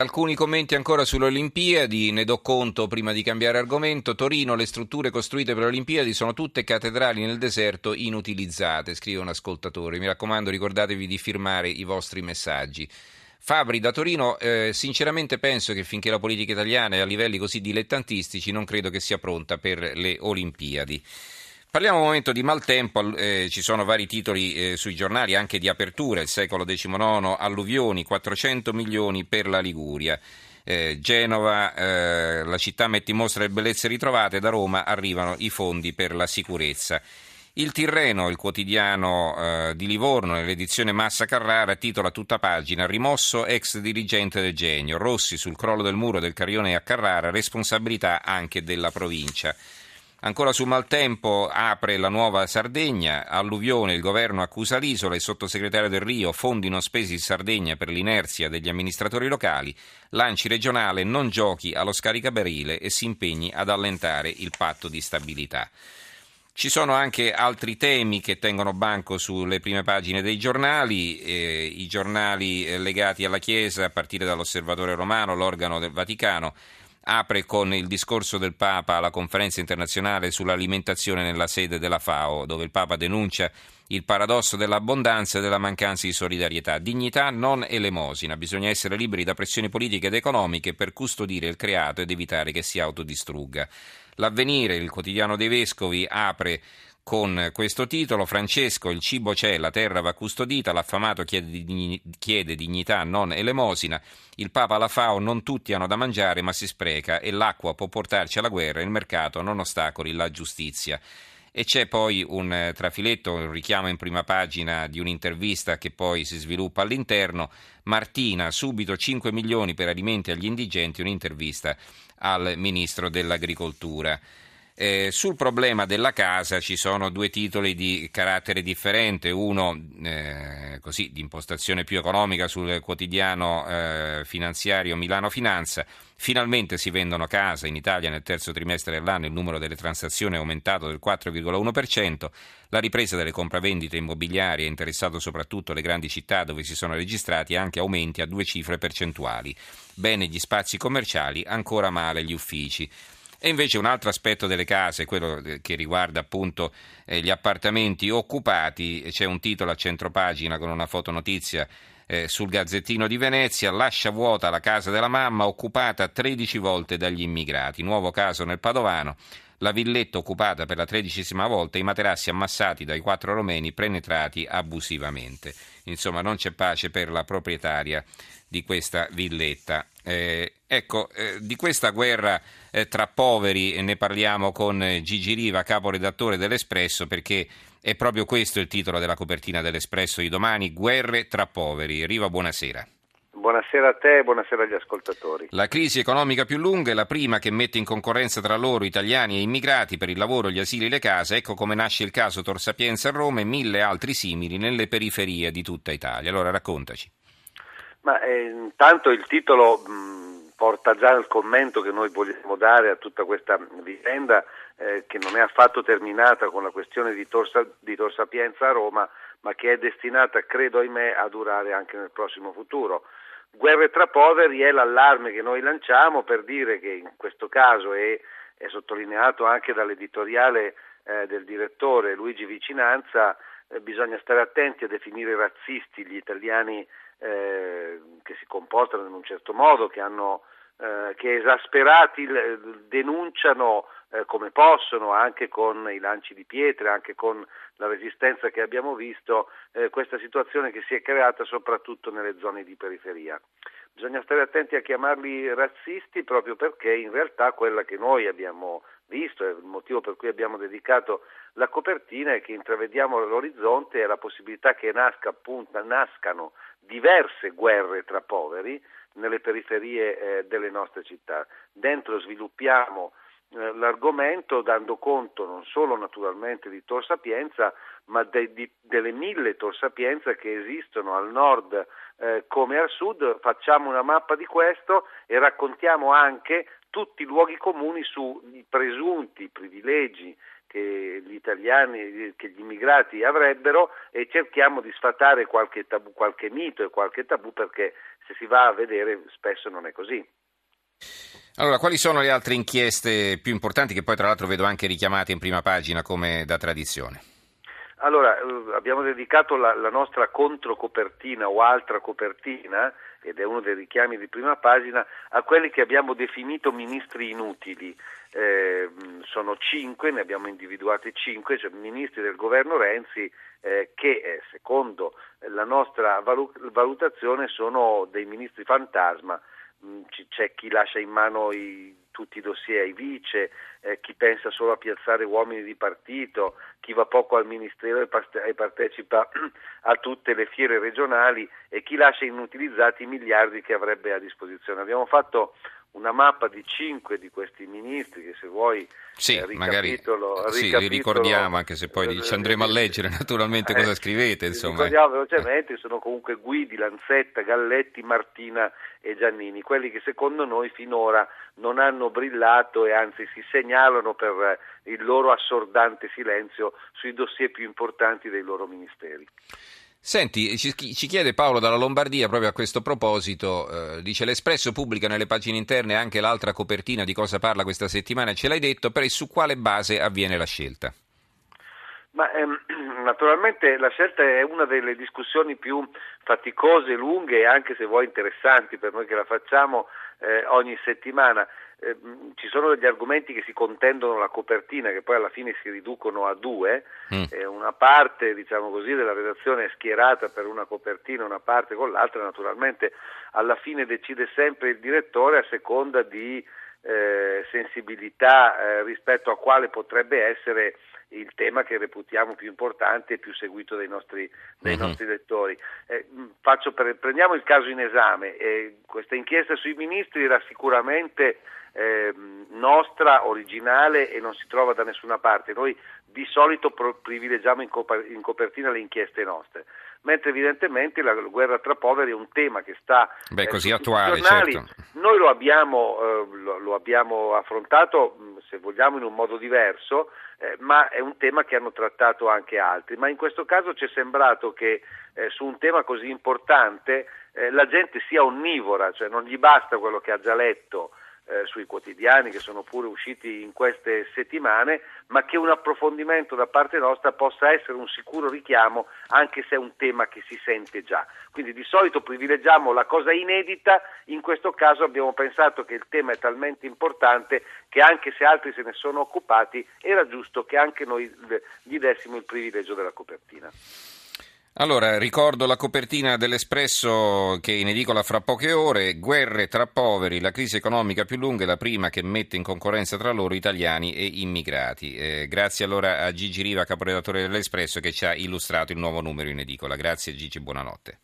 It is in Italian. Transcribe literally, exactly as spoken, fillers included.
Alcuni commenti ancora sulle Olimpiadi, ne do conto prima di cambiare argomento. Torino, le strutture costruite per le Olimpiadi sono tutte cattedrali nel deserto inutilizzate, scrive un ascoltatore. Mi raccomando, ricordatevi di firmare i vostri messaggi. Fabri da Torino, eh, sinceramente penso che finché la politica italiana è a livelli così dilettantistici non credo che sia pronta per le Olimpiadi. Parliamo un momento di maltempo, eh, ci sono vari titoli eh, sui giornali, anche di apertura, il secolo diciannove, alluvioni, quattrocento milioni per la Liguria. Eh, Genova, eh, la città mette in mostra le bellezze ritrovate, da Roma arrivano i fondi per la sicurezza. Il Tirreno, il quotidiano eh, di Livorno, nell'edizione Massa Carrara, titola a tutta pagina: rimosso ex dirigente del Genio, Rossi sul crollo del muro del Carrione a Carrara, responsabilità anche della provincia. Ancora sul maltempo, apre la Nuova Sardegna, alluvione, il governo accusa l'isola, il sottosegretario Del Rio, fondi non spesi in Sardegna per l'inerzia degli amministratori locali, l'Anci regionale non giochi allo scaricabarile e si impegni ad allentare il patto di stabilità. Ci sono anche altri temi che tengono banco sulle prime pagine dei giornali, eh, i giornali eh, legati alla Chiesa, a partire dall'Osservatore Romano, l'organo del Vaticano, apre con il discorso del Papa alla conferenza internazionale sull'alimentazione nella sede della FAO, dove il Papa denuncia il paradosso dell'abbondanza e della mancanza di solidarietà. Dignità, non elemosina. Bisogna essere liberi da pressioni politiche ed economiche per custodire il creato ed evitare che si autodistrugga. L'Avvenire, il quotidiano dei vescovi, apre con questo titolo: Francesco, il cibo c'è, la terra va custodita, l'affamato chiede, chiede dignità, non elemosina, il Papa alla FAO: non tutti hanno da mangiare ma si spreca e l'acqua può portarci alla guerra, il mercato non ostacoli la giustizia. E c'è poi un trafiletto, un richiamo in prima pagina di un'intervista che poi si sviluppa all'interno. Martina, subito cinque milioni per alimenti agli indigenti, un'intervista al Ministro dell'Agricoltura. Eh, sul problema della casa ci sono due titoli di carattere differente, uno eh, così di impostazione più economica sul quotidiano eh, finanziario Milano Finanza: finalmente si vendono case in Italia nel terzo trimestre dell'anno, il numero delle transazioni è aumentato del quattro virgola uno per cento, la ripresa delle compravendite immobiliari ha interessato soprattutto le grandi città dove si sono registrati anche aumenti a due cifre percentuali, bene gli spazi commerciali, ancora male gli uffici. E invece un altro aspetto delle case, quello che riguarda appunto eh, gli appartamenti occupati, c'è un titolo a centropagina con una fotonotizia eh, sul Gazzettino di Venezia: lascia vuota la casa della mamma occupata tredici volte dagli immigrati, nuovo caso nel Padovano, la villetta occupata per la tredicesima volta, i materassi ammassati dai quattro romeni penetrati abusivamente. Insomma, non c'è pace per la proprietaria di questa villetta. Eh, ecco, eh, di questa guerra eh, tra poveri ne parliamo con eh, Gigi Riva, caporedattore dell'Espresso, perché è proprio questo il titolo della copertina dell'Espresso di domani: guerre tra poveri. Riva, buonasera. Buonasera a te e buonasera agli ascoltatori. La crisi economica più lunga è la prima che mette in concorrenza tra loro italiani e immigrati per il lavoro, gli asili e le case. Ecco come nasce il caso Tor Sapienza a Roma e mille altri simili nelle periferie di tutta Italia. Allora raccontaci. Ma eh, intanto il titolo mh, porta già il commento che noi vogliamo dare a tutta questa vicenda eh, che non è affatto terminata con la questione di Tor, di Tor Sapienza a Roma, ma che è destinata, credo ahimè, a durare anche nel prossimo futuro. Guerre tra poveri è l'allarme che noi lanciamo per dire che in questo caso, e è sottolineato anche dall'editoriale eh, del direttore Luigi Vicinanza, eh, bisogna stare attenti a definire razzisti gli italiani eh, che si comportano in un certo modo, che hanno eh, che esasperati denunciano eh, come possono, anche con i lanci di pietre, anche con la resistenza che abbiamo visto, eh, questa situazione che si è creata soprattutto nelle zone di periferia. Bisogna stare attenti a chiamarli razzisti proprio perché in realtà quella che noi abbiamo visto, e il motivo per cui abbiamo dedicato la copertina, è che intravediamo all'orizzonte e la possibilità che nasca, appunto, nascano diverse guerre tra poveri nelle periferie eh, delle nostre città. Dentro sviluppiamo eh, l'argomento dando conto non solo naturalmente di Tor Sapienza, ma de, di, delle mille Tor Sapienza che esistono al nord eh, come al sud. Facciamo una mappa di questo e raccontiamo anche tutti i luoghi comuni sui presunti privilegi che gli italiani, che gli immigrati avrebbero, e cerchiamo di sfatare qualche tabù, qualche mito e qualche tabù, perché se si va a vedere spesso non è così. Allora, quali sono le altre inchieste più importanti che poi tra l'altro vedo anche richiamate in prima pagina come da tradizione? Allora, abbiamo dedicato la, la nostra controcopertina o altra copertina, ed è uno dei richiami di prima pagina, a quelli che abbiamo definito ministri inutili. Eh, sono cinque, ne abbiamo individuati cinque, cioè ministri del governo Renzi eh, che eh, secondo la nostra valu- valutazione sono dei ministri fantasma. C'è chi lascia in mano i, tutti i dossier ai vice, eh, chi pensa solo a piazzare uomini di partito, chi va poco al ministero e, parte- e partecipa a tutte le fiere regionali e chi lascia inutilizzati i miliardi che avrebbe a disposizione. Abbiamo fatto una mappa di cinque di questi ministri che se vuoi sì, eh, magari sì, ricapitolo, li ricordiamo anche se poi ci andremo a leggere naturalmente cosa scrivete, insomma. Ricordiamo velocemente, sono comunque Guidi, Lanzetta, Galletti, Martina e Giannini, quelli che secondo noi finora non hanno brillato e anzi si segnalano per il loro assordante silenzio sui dossier più importanti dei loro ministeri. Senti, ci, ci chiede Paolo dalla Lombardia proprio a questo proposito, eh, dice l'Espresso pubblica nelle pagine interne anche l'altra copertina di cosa parla questa settimana, ce l'hai detto, però su quale base avviene la scelta? Ma ehm, naturalmente la scelta è una delle discussioni più faticose, lunghe e anche se vuoi interessanti per noi che la facciamo eh, ogni settimana. Eh, ci sono degli argomenti che si contendono la copertina, che poi alla fine si riducono a due, mm. eh, una parte diciamo così della redazione è schierata per una copertina, una parte con l'altra, naturalmente alla fine decide sempre il direttore a seconda di eh, sensibilità eh, rispetto a quale potrebbe essere il tema che reputiamo più importante e più seguito dai nostri, dai uh-huh. nostri lettori. Eh, faccio per, prendiamo il caso in esame, eh, questa inchiesta sui ministri era sicuramente eh, nostra, originale e non si trova da nessuna parte. Noi di solito pro- privilegiamo in, cop- in copertina le inchieste nostre, mentre evidentemente la guerra tra poveri è un tema che sta Beh, eh, così su attuale, giornali. certo. Noi lo abbiamo, eh, lo, lo abbiamo affrontato, se vogliamo, in un modo diverso, eh, ma è un tema che hanno trattato anche altri. Ma in questo caso ci è sembrato che eh, su un tema così importante eh, la gente sia onnivora, cioè non gli basta quello che ha già letto eh, sui quotidiani che sono pure usciti in queste settimane, ma che un approfondimento da parte nostra possa essere un sicuro richiamo anche se è un tema che si sente già. Quindi di solito privilegiamo la cosa inedita, in questo caso abbiamo pensato che il tema è talmente importante che anche se altri se ne sono occupati era giusto che anche noi gli dessimo il privilegio della copertina. Allora, ricordo la copertina dell'Espresso che è in edicola fra poche ore, guerre tra poveri, la crisi economica più lunga e la prima che mette in concorrenza tra loro italiani e immigrati. Eh, grazie allora a Gigi Riva, caporedattore dell'Espresso, che ci ha illustrato il nuovo numero in edicola. Grazie Gigi, buonanotte.